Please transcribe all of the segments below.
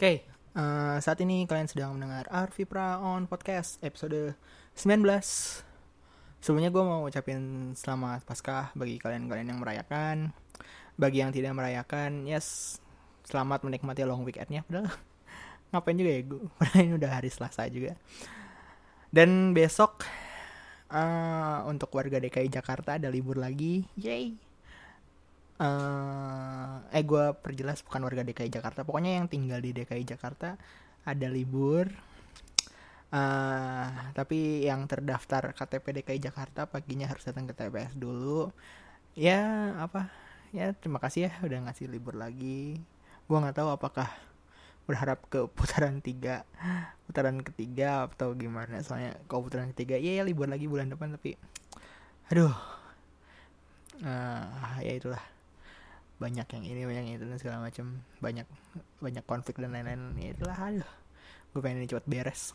Oke, saat ini kalian sedang mendengar Arvipra on Podcast episode 19. Sebelumnya gue mau ucapin selamat Paskah bagi kalian-kalian yang merayakan. Bagi yang tidak merayakan, yes, selamat menikmati long weekendnya. Padahal ngapain juga ya gue, padahal ini udah hari Selasa juga. Dan besok untuk warga DKI Jakarta ada libur lagi, yay. Gue perjelas bukan warga DKI Jakarta, pokoknya yang tinggal di DKI Jakarta ada libur. Tapi yang terdaftar KTP DKI Jakarta paginya harus datang ke TPS dulu. Ya apa? Ya terima kasih ya udah ngasih libur lagi. Gua nggak tahu apakah berharap ke putaran ketiga atau gimana. Soalnya kalau putaran ketiga, ya libur lagi bulan depan, tapi aduh, ya itulah, banyak yang ini banyak yang itu dan segala macam, banyak konflik dan lain-lain. Ya itulah, aduh, gue pengen ini cepat beres.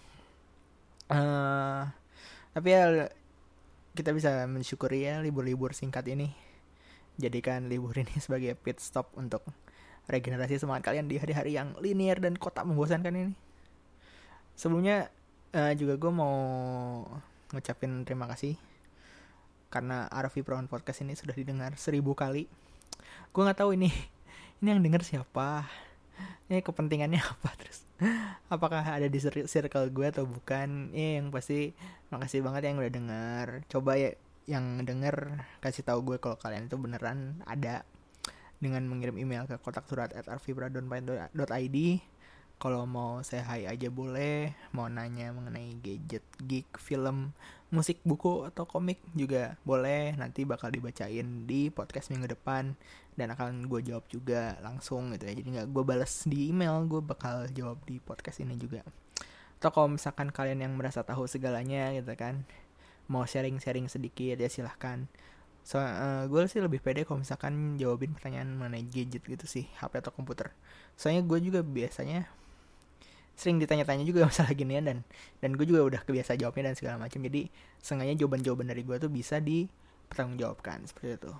Tapi ya kita bisa mensyukuri ya libur-libur singkat ini. Jadikan libur ini sebagai pit stop untuk regenerasi semangat kalian di hari-hari yang linear dan kotak membosankan ini. Sebelumnya juga gue mau ngucapin terima kasih karena Arvi Prawan Podcast ini sudah didengar 1000 kali. Gue nggak tahu ini yang denger siapa, ini kepentingannya apa, terus apakah ada di circle gue atau bukan. Yang pasti makasih banget yang udah denger. Coba ya yang denger kasih tahu gue kalau kalian itu beneran ada dengan mengirim email ke kotaksurat@arvipra.id. Kalau mau say hi aja boleh, mau nanya mengenai gadget, geek, film, musik, buku, atau komik juga boleh. Nanti bakal dibacain di podcast minggu depan dan akan gue jawab juga langsung gitu ya. Jadi gak gue balas di email, gue bakal jawab di podcast ini juga. Atau kalau misalkan kalian yang merasa tahu segalanya gitu kan, mau sharing-sharing sedikit ya silahkan. Gue sih lebih pede kalau misalkan jawabin pertanyaan mengenai gadget gitu sih, HP atau komputer. Soalnya gue juga biasanya sering ditanya-tanya juga masalah ginian, dan gue juga udah kebiasa jawabnya dan segala macam. Jadi sengaja jawaban-jawaban dari gue tuh bisa dipertanggungjawabkan seperti itu.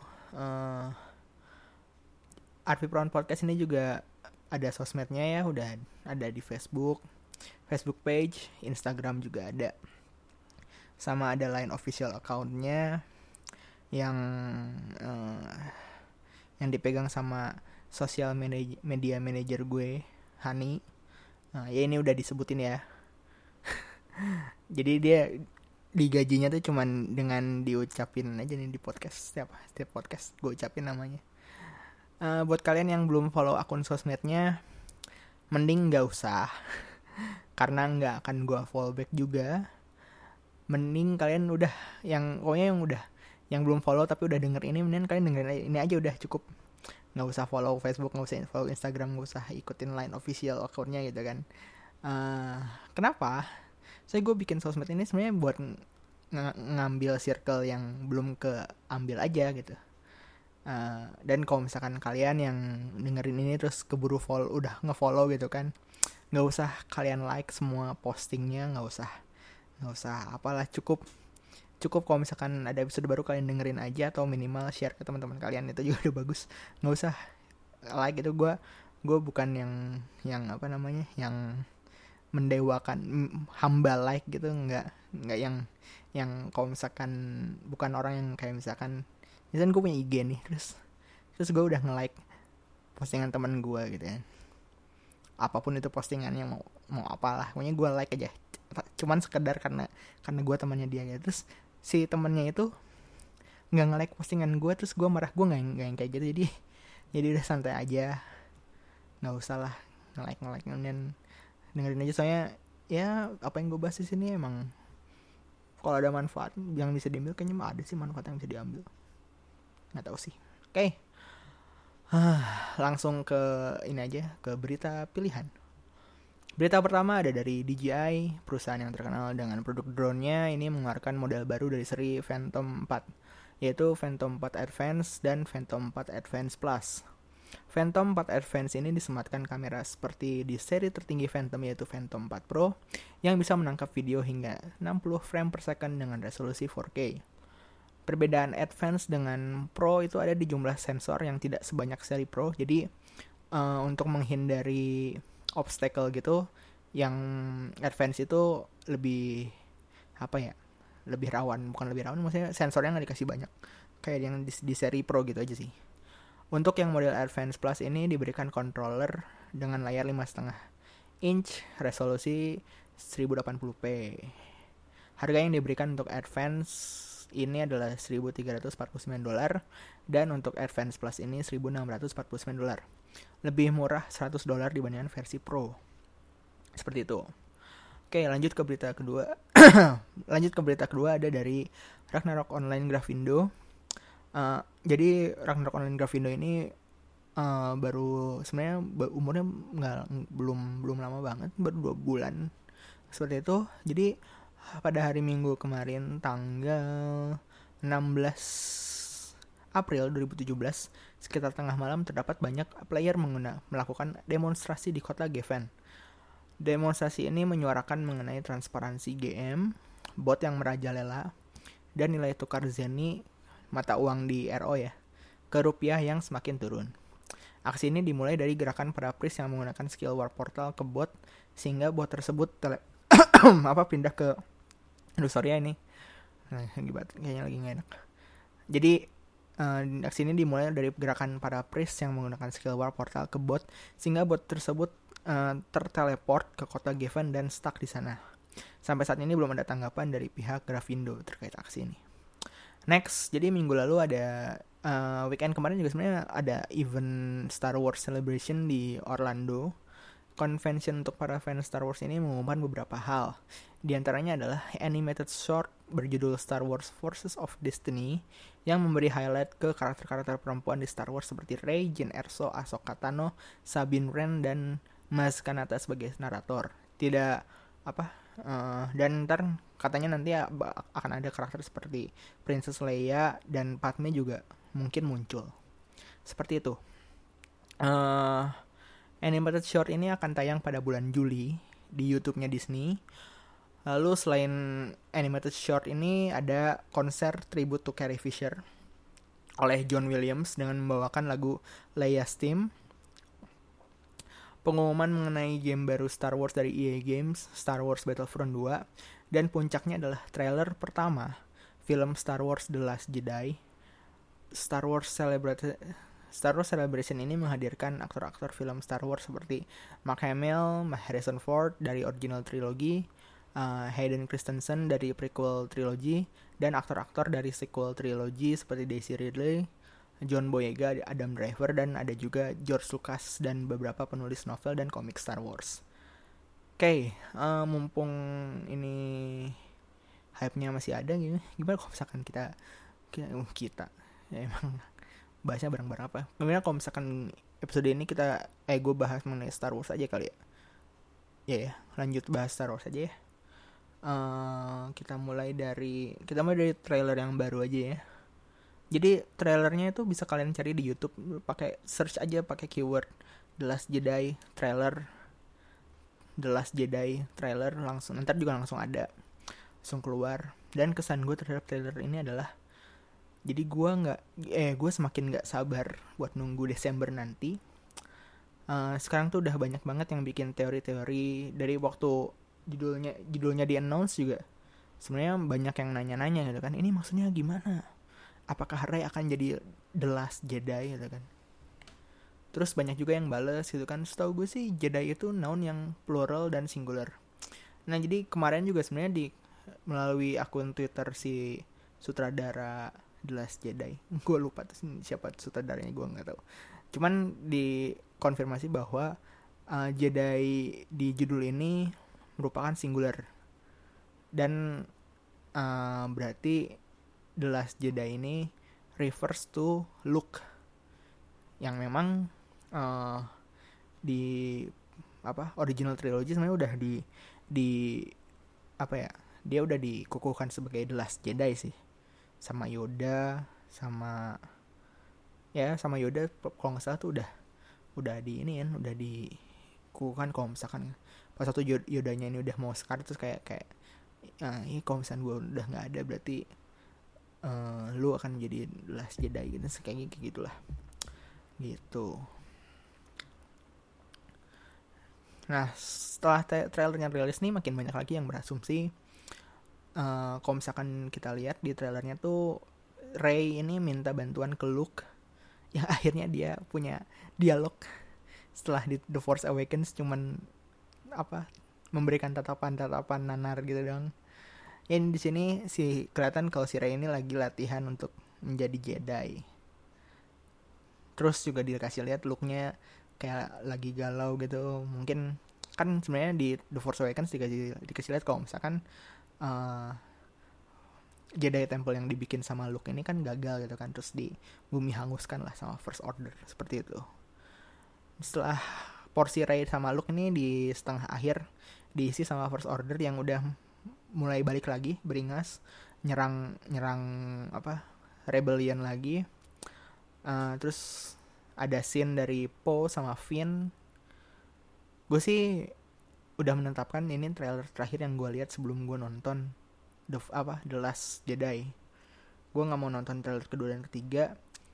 Arvi Prawan Podcast ini juga ada sosmednya ya, udah ada di Facebook page, Instagram juga ada, sama ada Line official accountnya yang dipegang sama social media manager gue, Hani. Ya ini udah disebutin ya. Jadi dia digajinya tuh cuman dengan diucapin aja nih di podcast, setiap podcast gue ucapin namanya. Buat kalian yang belum follow akun sosmednya, mending gak usah karena gak akan gue follow back juga. Mending kalian udah yang belum follow tapi udah denger ini, mending kalian dengerin ini aja udah cukup. Gak usah follow Facebook, gak usah follow Instagram, gak usah ikutin Line official account-nya gitu kan. Kenapa? Saya gue bikin sosmed ini sebenarnya buat ngambil circle yang belum keambil aja gitu. Dan kalau misalkan kalian yang dengerin ini terus keburu udah nge-follow gitu kan, gak usah kalian like semua postingnya, gak usah apalah, cukup kalau misalkan ada episode baru kalian dengerin aja, atau minimal share ke teman-teman kalian, itu juga udah bagus. Nggak usah like itu. Gue bukan yang apa namanya, yang mendewakan hamba like gitu, nggak yang kalau misalkan bukan orang yang kayak misalkan gue punya IG nih, terus gue udah nge-like postingan teman gue gitu ya, apapun itu postingannya, mau apalah, pokoknya gue like aja, cuman sekedar karena gue temannya dia ya. Terus si temennya itu nggak nge-like postingan gue, terus gue marah. Gue nggak yang kayak gitu, jadi udah santai aja, nggak usah lah nge-like dan dengerin aja. Soalnya ya apa yang gue bahas di sini emang kalau ada manfaat yang bisa diambil, kayaknya ada sih manfaat yang bisa diambil, nggak tahu sih. Oke. Langsung ke ini aja, ke berita pilihan. Berita pertama ada dari DJI, perusahaan yang terkenal dengan produk drone-nya. Ini mengeluarkan model baru dari seri Phantom 4, yaitu Phantom 4 Advance dan Phantom 4 Advance Plus. Phantom 4 Advance ini disematkan kamera seperti di seri tertinggi Phantom, yaitu Phantom 4 Pro, yang bisa menangkap video hingga 60 frame per second dengan resolusi 4K. Perbedaan Advance dengan Pro itu ada di jumlah sensor yang tidak sebanyak seri Pro. Jadi untuk menghindari obstacle gitu, yang advance itu lebih apa ya, lebih rawan, bukan lebih rawan, maksudnya sensornya nggak dikasih banyak kayak yang di seri Pro gitu aja sih. Untuk yang model Advance Plus ini diberikan controller dengan layar 5,5 inch, resolusi 1080p. Harga yang diberikan untuk Advance ini adalah $1.349, dan untuk Advance Plus ini $1.649. Lebih murah $100 dibandingkan versi Pro. Seperti itu. Oke, lanjut ke berita kedua. Lanjut ke berita kedua ada dari Ragnarok Online Grafindo. Jadi Ragnarok Online Grafindo ini baru sebenarnya umurnya belum lama banget, baru 2 bulan seperti itu. Jadi pada hari Minggu kemarin tanggal 16 April 2017 sekitar tengah malam terdapat banyak player melakukan demonstrasi di kota Geffen. Demonstrasi ini menyuarakan mengenai transparansi GM, bot yang merajalela, dan nilai tukar Zenny, mata uang di RO ya, ke rupiah yang semakin turun. Aksi ini dimulai dari gerakan para priest yang menggunakan skill war portal ke bot, sehingga bot tersebut pindah ke sorry ya ini. Kayaknya lagi gak enak. Jadi aksi ini dimulai dari gerakan para priest yang menggunakan skill war portal ke bot, sehingga bot tersebut terteleport ke kota Geffen dan stuck di sana. Sampai saat ini belum ada tanggapan dari pihak Grafindo terkait aksi ini. Next, jadi minggu lalu ada weekend kemarin juga sebenarnya ada event Star Wars Celebration di Orlando. Convention untuk para fans Star Wars ini mengumumkan beberapa hal. Di antaranya adalah animated short berjudul Star Wars Forces of Destiny yang memberi highlight ke karakter-karakter perempuan di Star Wars seperti Rey, Jyn Erso, Ahsoka Tano, Sabine Wren, dan Maz Kanata sebagai narator. Dan ntar katanya nanti akan ada karakter seperti Princess Leia dan Padme juga mungkin muncul. Seperti itu. Animated short ini akan tayang pada bulan Juli di YouTube-nya Disney. Lalu selain animated short ini ada konser tribute to Carrie Fisher oleh John Williams dengan membawakan lagu Leia's Theme. Pengumuman mengenai game baru Star Wars dari EA Games, Star Wars Battlefront 2, dan puncaknya adalah trailer pertama film Star Wars The Last Jedi. Star Wars Celebration ini menghadirkan aktor-aktor film Star Wars seperti Mark Hamill, Harrison Ford dari original trilogi, Hayden Christensen dari prequel trilogi, dan aktor-aktor dari sequel trilogi seperti Daisy Ridley, John Boyega, Adam Driver, dan ada juga George Lucas dan beberapa penulis novel dan komik Star Wars. Oke, mumpung ini hype-nya masih ada gitu, gimana kalau misalkan kita ya emang bahasnya bareng-bareng apa? Gimana kalau misalkan episode ini gue bahas mengenai Star Wars aja kali ya? Ya, lanjut bahas Star Wars aja ya. Kita mulai dari trailer yang baru aja ya. Jadi trailernya itu bisa kalian cari di YouTube, pakai search aja pakai keyword The Last Jedi trailer, langsung langsung ada, langsung keluar. Dan kesan gue terhadap trailer ini adalah, jadi gue semakin nggak sabar buat nunggu Desember nanti. Sekarang tuh udah banyak banget yang bikin teori-teori dari waktu judulnya di announce juga. Sebenarnya banyak yang nanya-nanya gitu kan, ini maksudnya gimana? Apakah Rey akan jadi The Last Jedi gitu kan? Terus banyak juga yang bales gitu kan. Setahu gue sih Jedi itu noun yang plural dan singular. Nah jadi kemarin juga sebenarnya melalui akun Twitter si sutradara The Last Jedi, gue lupa tuh siapa sutradaranya, gue nggak tahu. Cuman dikonfirmasi bahwa Jedi di judul ini merupakan singular, dan berarti The Last Jedi ini refers to Luke, yang memang di original trilogy sebenarnya udah dia udah dikukuhkan sebagai The Last Jedi sih, sama Yoda, sama Yoda kalau nggak salah tuh udah dikukuhkan. Kalau misalkan pas satu Yodanya ini udah mau sekar, terus kayak ini kalau misalkan gue udah nggak ada, berarti lu akan menjadi Last Jedi gitu, kayak gitulah gitu. Nah, setelah trailernya rilis nih, makin banyak lagi yang berasumsi kalau misalkan kita lihat di trailernya tuh Rey ini minta bantuan ke Luke, yang akhirnya dia punya dialog setelah di The Force Awakens cuman apa, memberikan tatapan-tatapan nanar gitu dong. Ya di sini si kelihatan kalau si Rey ini lagi latihan untuk menjadi Jedi. Terus juga dikasih lihat looknya kayak lagi galau gitu. Mungkin kan sebenarnya di The Force Awakens dikasih lihat kalau misalkan uh, Jedi Temple yang dibikin sama Luke ini kan gagal gitu kan, terus di bumi hanguskan lah sama First Order seperti itu. Setelah porsi Rey sama Luke ini di setengah akhir diisi sama First Order yang udah mulai balik lagi beringas, nyerang nyerang apa, rebellion lagi. Terus ada scene dari Poe sama Finn. Gue sih udah menetapkan ini trailer terakhir yang gue lihat sebelum gue nonton The Last Jedi. Gue nggak mau nonton trailer kedua dan ketiga.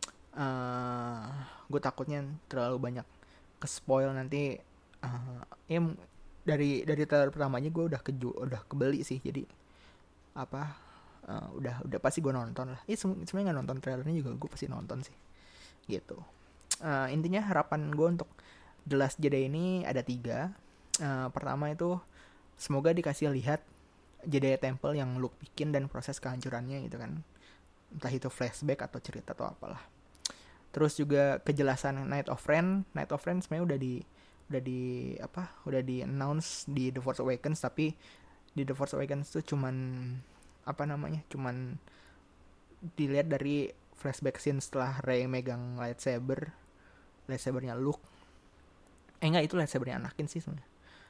Gue takutnya terlalu banyak ke spoil nanti. Ya dari trailer pertamanya gue udah kebeli sih, jadi apa, udah pasti gue nonton lah. Sebenarnya nggak nonton trailernya juga gue pasti nonton sih gitu. Intinya harapan gue untuk The Last Jedi ini ada 3. Pertama itu semoga dikasih lihat Jedi Temple yang Luke bikin dan proses kehancurannya gitu kan, entah itu flashback atau cerita atau apalah. Terus juga kejelasan Night of Ren sebenarnya udah di announce di The Force Awakens, tapi di The Force Awakens tuh cuman dilihat dari flashback scene setelah Rey megang lightsabernya Luke. Enggak, itu lightsabernya Anakin sih sebenarnya.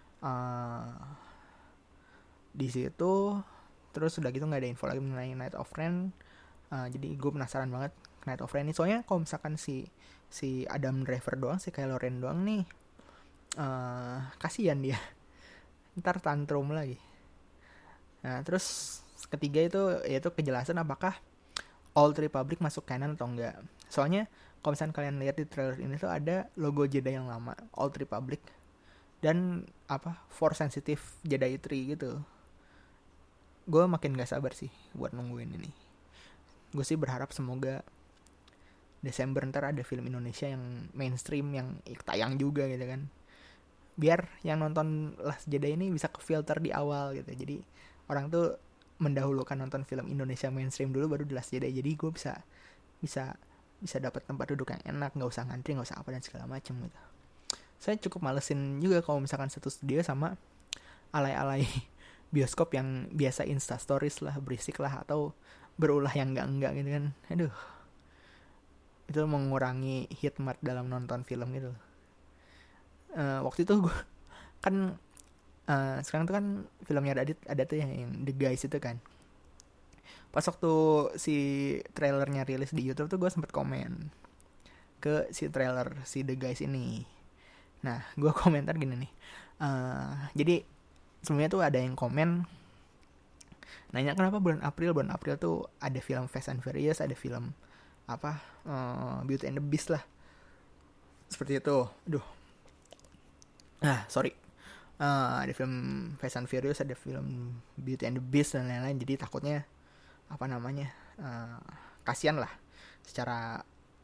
Di situ terus udah gitu nggak ada info lagi mengenai Night of Ren. Jadi gue penasaran banget Night of Ren ini, soalnya kalau misalkan si Adam Driver doang, si Kylo Ren doang nih, kasihan dia ntar tantrum lagi. Nah terus ketiga itu yaitu kejelasan apakah Old Republic masuk canon atau enggak. Soalnya kalau misalnya kalian lihat di trailer ini tuh ada logo Jedi yang lama, Old Republic, dan Force Sensitive Jedi Tree gitu. Gue makin gak sabar sih buat nungguin ini. Gue sih berharap semoga Desember ntar ada film Indonesia yang mainstream yang tayang juga gitu kan, biar yang nonton Last Jedi ini bisa kefilter di awal gitu. Jadi orang tuh mendahulukan nonton film Indonesia mainstream dulu baru The Last Jedi. Jadi gue bisa dapat tempat duduk yang enak, nggak usah ngantri, nggak usah apa dan segala macam gitu. Saya cukup malesin juga kalau misalkan satu studio sama alay-alay bioskop yang biasa insta stories lah, berisik lah, atau berulah yang enggak gitu kan. Aduh, itu mengurangi hikmat dalam nonton film gitu. Waktu itu gue kan sekarang tuh kan filmnya ada tuh yang The Guys itu kan. Pas waktu si trailernya rilis di YouTube tuh gue sempet komen ke si trailer si The Guys ini. Nah gue komentar gini nih, jadi sebelumnya tuh ada yang komen nanya kenapa bulan April tuh ada film Fast and Furious, ada film Beauty and the Beast lah, seperti itu. Aduh, sorry, ada film Fast and Furious, ada film Beauty and the Beast dan lain-lain. Jadi takutnya kasian lah secara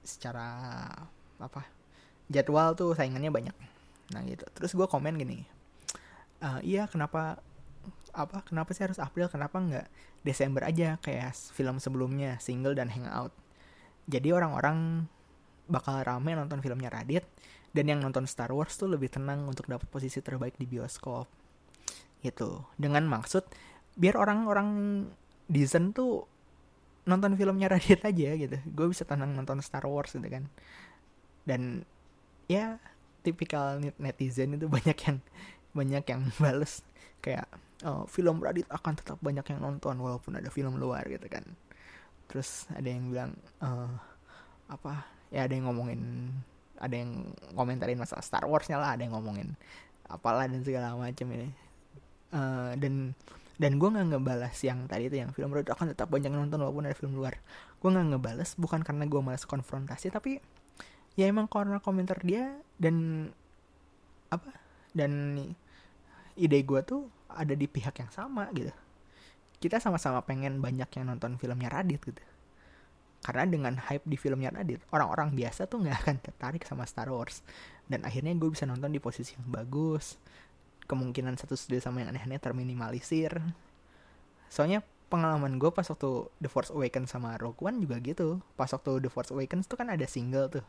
jadwal tuh saingannya banyak. Nah gitu. Terus gue komen gini, iya kenapa sih harus April, kenapa nggak Desember aja kayak film sebelumnya, Single dan Hangout. Jadi orang-orang bakal rame nonton filmnya Radit, dan yang nonton Star Wars tuh lebih tenang untuk dapat posisi terbaik di bioskop gitu. Dengan maksud biar orang-orang Disney tuh nonton filmnya Radit aja gitu, gue bisa tenang nonton Star Wars gitu kan. Dan ya tipikal netizen itu banyak yang bales kayak, film Radit akan tetap banyak yang nonton walaupun ada film luar gitu kan. Terus ada yang bilang ada yang komentarin masalah Star Wars-nya lah, ada yang ngomongin apalah dan segala macam ini. Dan gue nggak ngebalas yang tadi itu, yang film Radit akan tetap banyak yang nonton walaupun ada film luar. Gue nggak ngebalas bukan karena gue malas konfrontasi, tapi ya emang karena komentar dia dan Dan ide gue tuh ada di pihak yang sama gitu. Kita sama-sama pengen banyak yang nonton filmnya Raditz gitu. Karena dengan hype di filmnya Raditz, orang-orang biasa tuh nggak akan tertarik sama Star Wars. Dan akhirnya gue bisa nonton di posisi yang bagus. Kemungkinan satu studio sama yang aneh-aneh terminimalisir. Soalnya pengalaman gue pas waktu The Force Awakens sama Rogue One juga gitu. Pas waktu The Force Awakens tuh kan ada single tuh.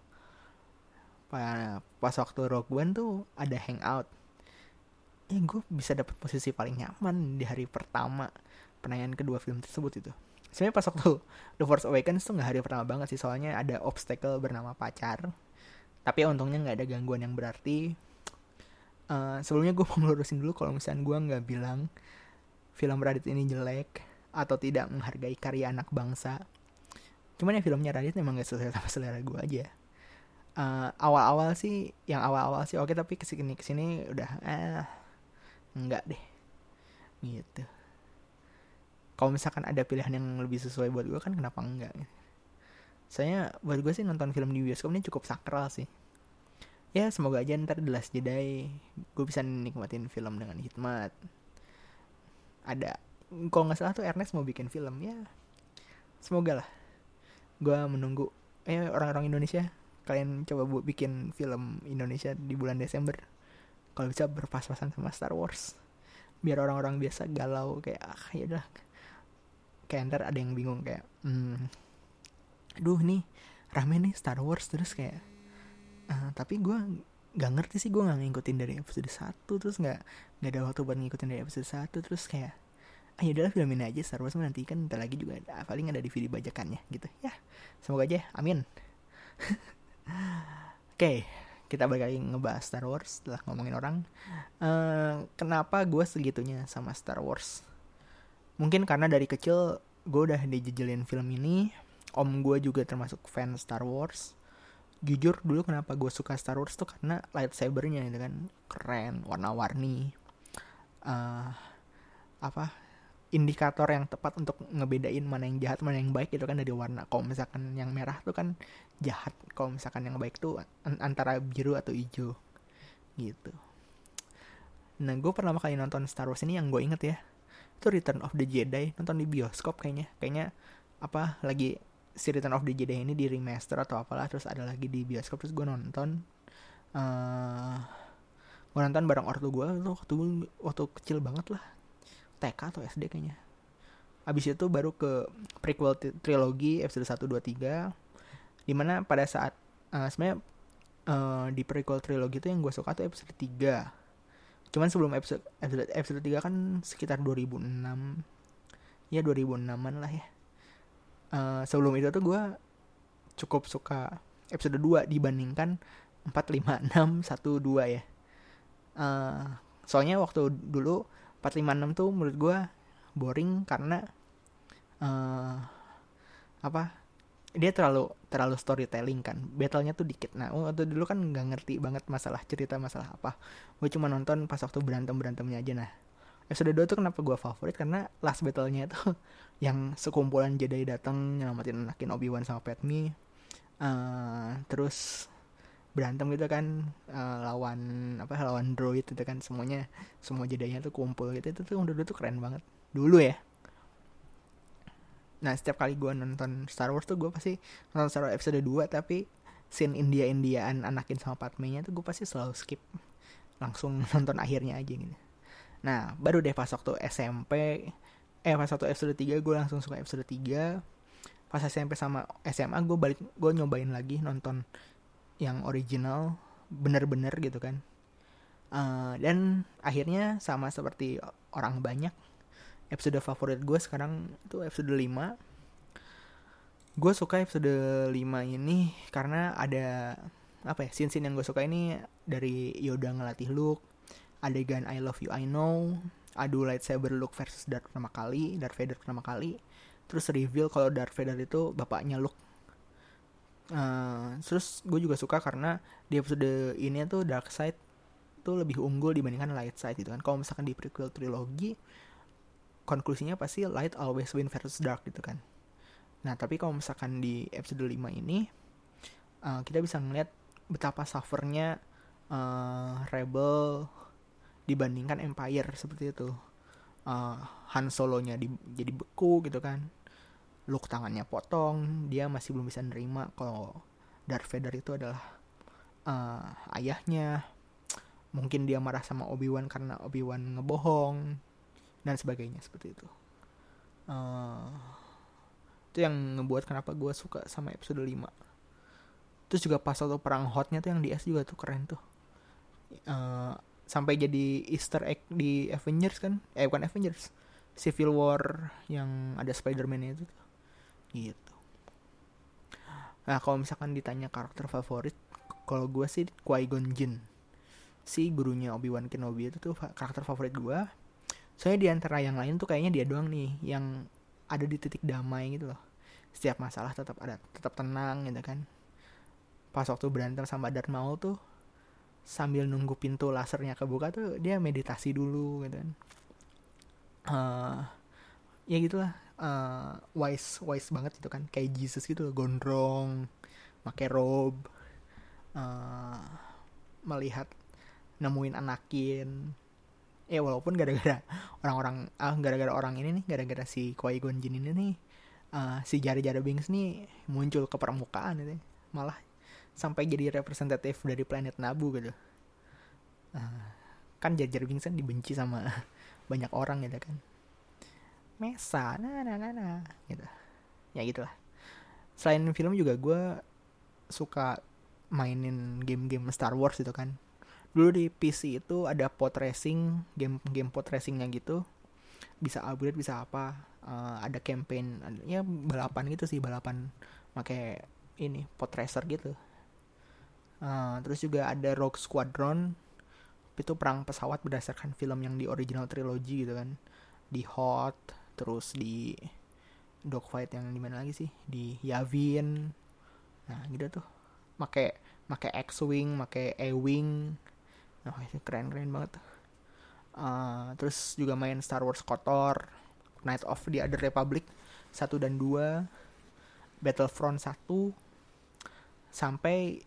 Pas waktu Rogue One tuh ada hangout. Gue bisa dapat posisi paling nyaman di hari pertama penayangan kedua film tersebut itu. Sebenarnya pas waktu The Force Awakens tuh nggak hari pertama banget sih, soalnya ada obstacle bernama pacar. Tapi untungnya nggak ada gangguan yang berarti. Sebelumnya gue mau ngelurusin dulu kalau misalnya gue nggak bilang film Raditz ini jelek atau tidak menghargai karya anak bangsa. Cuman ya filmnya Raditz memang nggak sesuai sama selera gue aja. Awal-awal sih oke, tapi kesini udah enggak deh gitu. Kalau misalkan ada pilihan yang lebih sesuai buat gue kan kenapa enggak. Soalnya buat gue sih nonton film di bioskop ini cukup sakral sih. Ya semoga aja ntar The Last Jedi gue bisa nikmatin film dengan hikmat. Ada, kalau nggak salah tuh Ernest mau bikin film ya. Semoga lah. Gue menunggu. Orang-orang Indonesia, kalian coba bikin film Indonesia di bulan Desember. Kalau bisa berpas-pasan sama Star Wars. Biar orang-orang biasa galau kayak ya udah. Kayak ntar ada yang bingung kayak aduh nih rame nih Star Wars, terus kayak tapi gue nggak ngerti sih, gue nggak ngikutin dari episode 1, terus nggak ada waktu buat ngikutin dari episode 1, terus kayak ya udahlah filmin aja Star Wars, nanti kan ntar lagi juga ada, paling ada DVD bajakannya gitu ya. Semoga aja, amin. Oke, kita balik lagi ngebahas Star Wars setelah ngomongin orang. Kenapa gue segitunya sama Star Wars? Mungkin karena dari kecil gue udah dijejelin film ini. Om gue juga termasuk fan Star Wars. Jujur dulu kenapa gue suka Star Wars tuh karena lightsabernya itu kan keren, warna-warni. Indikator yang tepat untuk ngebedain mana yang jahat mana yang baik itu kan dari warna. Kalau misalkan yang merah tuh kan jahat, kalau misalkan yang baik tuh antara biru atau hijau gitu. Nah gue pertama kali nonton Star Wars ini yang gue inget ya, itu Return of the Jedi, nonton di bioskop kayaknya lagi si Return of the Jedi ini di remaster atau apalah, terus ada lagi di bioskop, terus gue nonton bareng ortu gue waktu kecil banget lah, TK atau SD kayaknya. Abis itu baru ke prequel trilogi episode 1, 2, 3, dimana pada saat sebenarnya di prequel trilogi itu yang gue suka tuh episode 3. Cuman sebelum episode 3 kan sekitar 2006. Ya 2006-an lah ya. Sebelum itu tuh gue cukup suka episode 2 dibandingkan 4, 5, 6, 1, 2 ya. Soalnya waktu dulu 4, 5, 6 tuh menurut gue boring karena dia terlalu storytelling kan, battlenya tuh dikit. Nah waktu dulu kan nggak ngerti banget masalah cerita, masalah apa, gue cuma nonton pas waktu berantemnya aja. Nah episode 2 tuh kenapa gue favorit, karena last battlenya itu yang sekumpulan Jedi datang nyelamatin Anakin, Obi-Wan sama Padme, terus berantem gitu kan, lawan droid itu kan, semua Jedinya tuh kumpul gitu. Itu tuh dulu tuh keren banget dulu ya. Nah setiap kali gue nonton Star Wars tuh gue pasti nonton Star Wars episode 2, tapi scene India-Indiaan Anakin sama Padme-nya tuh gue pasti selalu skip, langsung nonton akhirnya aja gitu. Nah baru deh pas waktu SMP, pas waktu episode 3 gue langsung suka episode 3. Pas SMP sama SMA gue nyobain lagi nonton yang original bener-bener gitu kan. Dan akhirnya sama seperti orang banyak, episode favorit gue sekarang itu episode 5. Gue suka episode 5 ini karena ada scene-scene yang gue suka ini, dari Yoda ngelatih Luke, adegan I love you I know, adu lightsaber Luke versus Darth Vader pertama kali, terus reveal kalau Darth Vader itu bapaknya Luke. Terus gue juga suka karena di episode ini tuh dark side tuh lebih unggul dibandingkan light side gitu kan. Kalau misalkan di prequel trilogi konklusinya pasti light always win versus dark gitu kan. Nah tapi kalau misalkan di episode 5 ini kita bisa ngeliat betapa suffernya rebel dibandingkan Empire seperti itu. Han Solonya jadi beku gitu kan, Luke tangannya potong, dia masih belum bisa nerima kalau Darth Vader itu adalah ayahnya. Mungkin dia marah sama Obi-Wan karena Obi-Wan ngebohong dan sebagainya seperti itu. Itu yang ngebuat kenapa gue suka sama episode 5. Terus juga pas waktu perang hotnya tuh yang di S juga tuh keren tuh. Sampai jadi Easter egg di Avengers kan, bukan Avengers, Civil War yang ada Spider-Man itu tuh. Gitu. Nah kalau misalkan ditanya karakter favorit, kalau gue sih Qui-Gon Jinn, si gurunya Obi-Wan Kenobi itu tuh karakter favorit gue. Soalnya di antara yang lain tuh kayaknya dia doang nih yang ada di titik damai gitu loh. Setiap masalah tetap tenang gitu kan. Pas waktu berantem sama Darth Maul tuh sambil nunggu pintu lasernya kebuka tuh dia meditasi dulu gitu kan. Ya gitulah, wise banget gitu kan, kayak Jesus gitu, gondrong, pakai robe, melihat nemuin Anakin. Ya walaupun gara-gara orang ini nih, gara-gara si Qui-Gon Jinn ini nih, si Jar Jar Binks nih muncul ke permukaan gitu, malah sampai jadi representatif dari planet Naboo gitu. Kan Jar Jar Binks kan dibenci sama banyak orang gitu kan, Mesa, nah, gitu. Ya gitulah. Selain film juga gue suka mainin game-game Star Wars gitu kan. Dulu di PC itu ada pod racing, game pod racingnya gitu. Bisa upgrade, bisa apa. Ada campaign, ya balapan gitu sih, balapan pakai ini pod racer gitu. Terus juga ada Rogue Squadron, itu perang pesawat berdasarkan film yang di original trilogy gitu kan. Di Hot, terus di dogfight yang di mana lagi sih, di Yavin. Nah gitu tuh, make X-wing, make E-wing. Nah itu keren banget. Terus juga main Star Wars KOTOR, Knights of the Other Republic 1 dan 2, Battlefront 1, sampai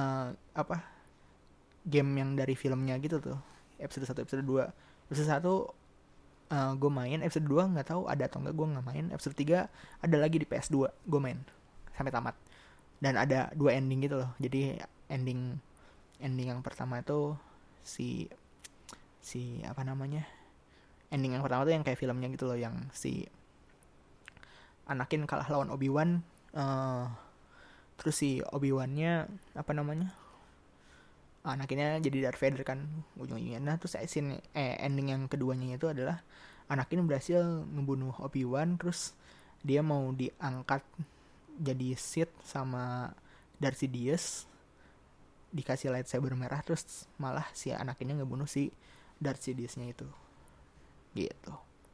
game yang dari filmnya gitu tuh, episode 1, episode 2. Episode 1 gue main, episode 2 gak tahu ada atau enggak, gue gak main. Episode 3 ada lagi di PS2, gue main sampai tamat. Dan ada 2 ending gitu loh. Jadi ending yang pertama itu si apa namanya, ending yang pertama tuh yang kayak filmnya gitu loh, yang si Anakin kalah lawan Obi-Wan, terus si Obi-Wannya apa namanya, Anakinnya jadi Darth Vader kan ujung-ujungnya. Nah terus ending yang keduanya itu adalah Anakin berhasil ngebunuh Obi-Wan, terus dia mau diangkat jadi Sith sama Darth Sidious, dikasih lightsaber merah, terus malah si Anakinnya ngebunuh si Darth Sidiousnya itu gitu.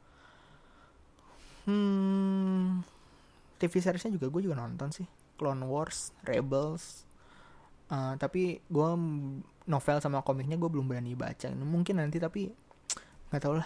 TV seriesnya juga gue juga nonton sih, Clone Wars, Rebels. Tapi gue novel sama komiknya gue belum berani baca. Mungkin nanti, tapi nggak tau lah.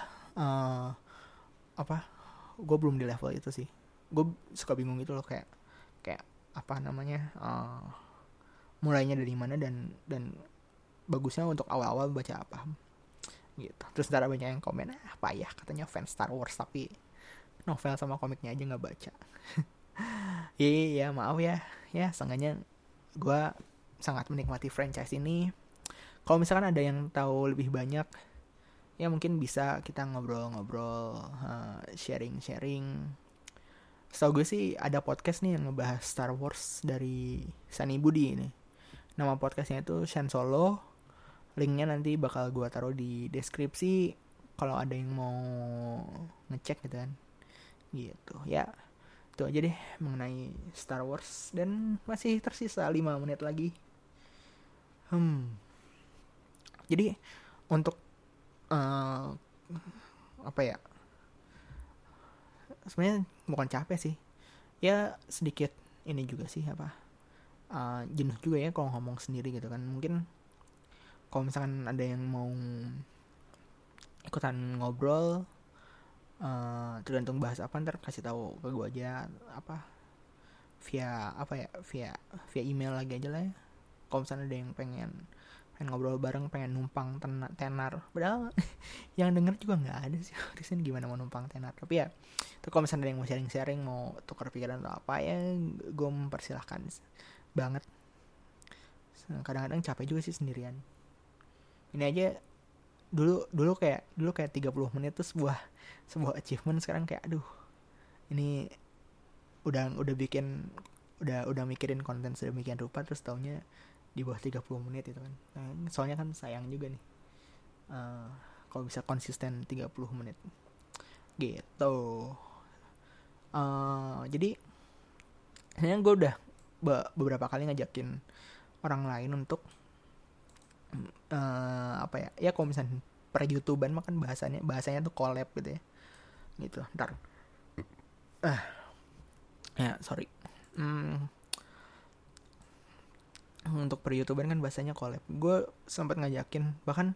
Gue belum di level itu sih. Gue suka bingung gitu loh, kayak apa namanya, mulainya dari mana dan bagusnya untuk awal-awal baca apa gitu. Terus ntar banyak yang komen, apa ya katanya fans Star Wars tapi novel sama komiknya aja nggak baca. Iya maaf ya seenggaknya gue sangat menikmati franchise ini. Kalau misalkan ada yang tahu lebih banyak, ya mungkin bisa kita ngobrol-ngobrol, sharing. Setahu gue sih ada podcast nih yang ngebahas Star Wars dari Sunny Budi ini. Nama podcastnya itu Shan Solo. Linknya nanti bakal gue taruh di deskripsi kalau ada yang mau ngecek gitu kan. Gitu ya. Itu aja deh mengenai Star Wars. Dan masih tersisa 5 menit lagi. Jadi untuk apa ya, sebenarnya bukan capek sih, ya sedikit ini juga sih jenuh juga ya kalau ngomong sendiri gitu kan. Mungkin kalau misalkan ada yang mau ikutan ngobrol, tergantung bahas apa, ntar kasih tahu ke gue aja via email lagi aja lah ya. Kalau misalnya ada yang pengen pengen ngobrol bareng, pengen numpang tenar. Padahal yang denger juga nggak ada sih. Reason gimana mau numpang tenar. Tapi ya, itu kalau misalnya ada yang mau sharing-sharing, mau tukar pikiran atau apa ya, gue mempersilahkan banget. Kadang-kadang capek juga sih sendirian. Ini aja dulu kayak 30 menit tuh sebuah achievement. Sekarang kayak aduh, ini udah mikirin konten sedemikian rupa, terus taunya di bawah 30 menit gitu kan. Nah, soalnya kan sayang juga nih kalau bisa konsisten 30 menit gitu. Jadi sebenarnya gue udah beberapa kali ngajakin orang lain untuk apa ya kalau misalnya per YouTuber mah kan bahasanya tuh collab gitu ya, gitu. Ntar ya sorry, untuk per YouTuber kan bahasanya collab. Gue sempat ngajakin, bahkan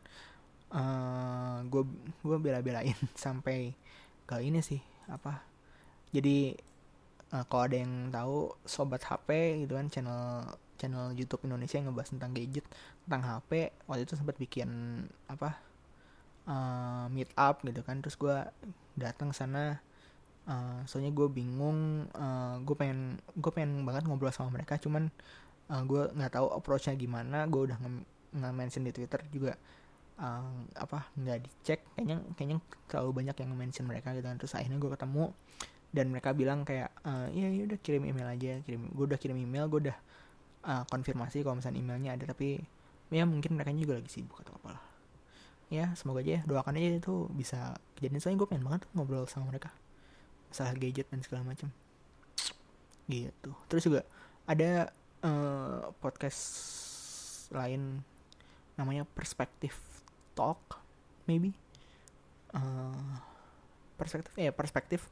gue bela-belain sampai ke ini sih apa. Jadi kalau ada yang tahu Sobat HP gitu kan, channel YouTube Indonesia yang ngebahas tentang gadget, tentang HP, waktu itu sempat bikin apa meet up gitu kan. Terus gue datang sana, soalnya gue bingung, gue pengen banget ngobrol sama mereka, cuman gue nggak tahu approach-nya gimana. Gue udah nge-mention di Twitter juga, nggak dicek, kayaknya terlalu banyak yang nge-mention mereka gitu kan. Terus akhirnya gue ketemu dan mereka bilang kayak ya udah kirim email aja. Gue udah kirim email, gue udah konfirmasi kalau misalnya emailnya ada, tapi ya mungkin mereka juga lagi sibuk atau apalah. Ya semoga aja ya, doakan aja itu bisa kejadian. Soalnya gue pengen banget ngobrol sama mereka masalah gadget dan segala macam gitu. Terus juga ada podcast lain namanya Perspective Talk, maybe Perspective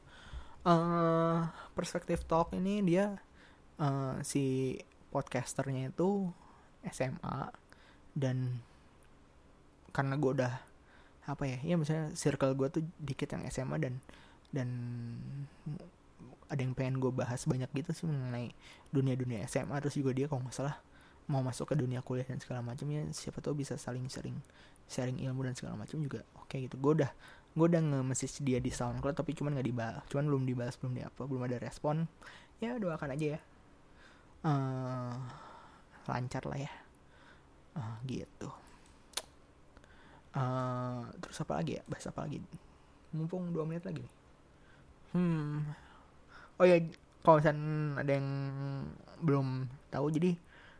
Talk ini dia si podcasternya itu SMA, dan karena gue udah apa ya misalnya circle gue tuh dikit yang SMA, dan ada yang pengen gue bahas banyak gitu sih mengenai dunia SMA. Terus juga dia kalau nggak salah mau masuk ke dunia kuliah dan segala macamnya, siapa tahu bisa saling sharing ilmu dan segala macam juga. Oke gitu. Gue udah nge-message dia di SoundCloud, tapi cuman belum dibalas, belum ada respon. Ya doakan aja ya, lancar lah ya, gitu. Terus apa lagi ya, bahas apa lagi mumpung 2 menit lagi nih. Oh ya, kalau misalnya ada yang belum tahu, jadi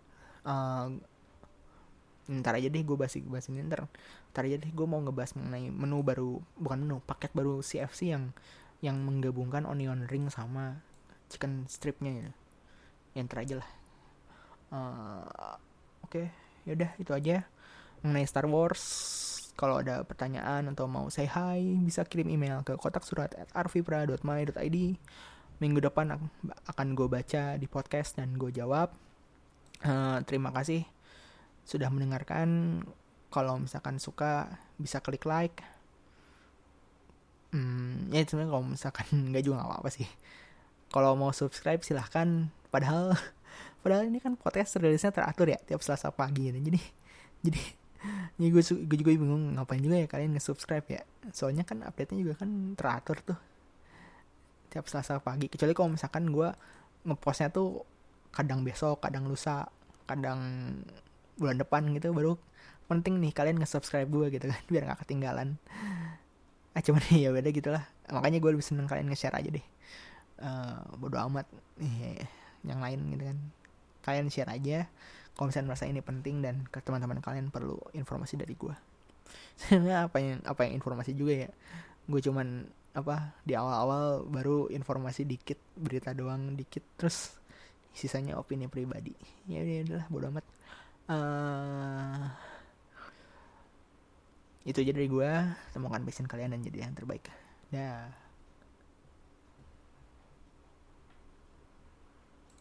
ntar aja deh gue bahas ini ntar aja deh. Gue mau ngebahas mengenai paket baru CFC yang menggabungkan onion ring sama chicken stripnya ya. Yang ntar aja lah. Oke, yaudah itu aja mengenai Star Wars. Kalau ada pertanyaan atau mau say hi, bisa kirim email ke kotaksurat@arvipra.my.id. Minggu depan akan gue baca di podcast dan gue jawab. Terima kasih sudah mendengarkan. Kalau misalkan suka bisa klik like. Ya sebenarnya kalau misalkan nggak juga nggak apa-apa sih. Kalau mau subscribe silahkan. Padahal ini kan podcast rilisnya teratur ya, tiap Selasa pagi gitu. Jadi gue juga bingung ngapain juga ya kalian nge-subscribe ya. Soalnya kan update-nya juga kan teratur tuh, tiap Selasa pagi. Kecuali kalau misalkan gue ngepostnya tuh kadang besok, kadang lusa, kadang bulan depan gitu, baru penting nih kalian nge-subscribe gue gitu kan, biar gak ketinggalan. Cuman ya beda gitulah. Makanya gue lebih seneng kalian nge-share aja deh. Bodo amat yang lain gitu kan. Kalian share aja kalau misalnya merasa ini penting dan ke teman-teman kalian perlu informasi dari gue. Sebenarnya apa yang informasi juga ya. Gue cuman di awal-awal baru informasi dikit, berita doang dikit, terus sisanya opini pribadi. Ya udahlah, bodo amat. Itu aja dari gue. Temukan passion kalian dan jadi yang terbaik. Dah.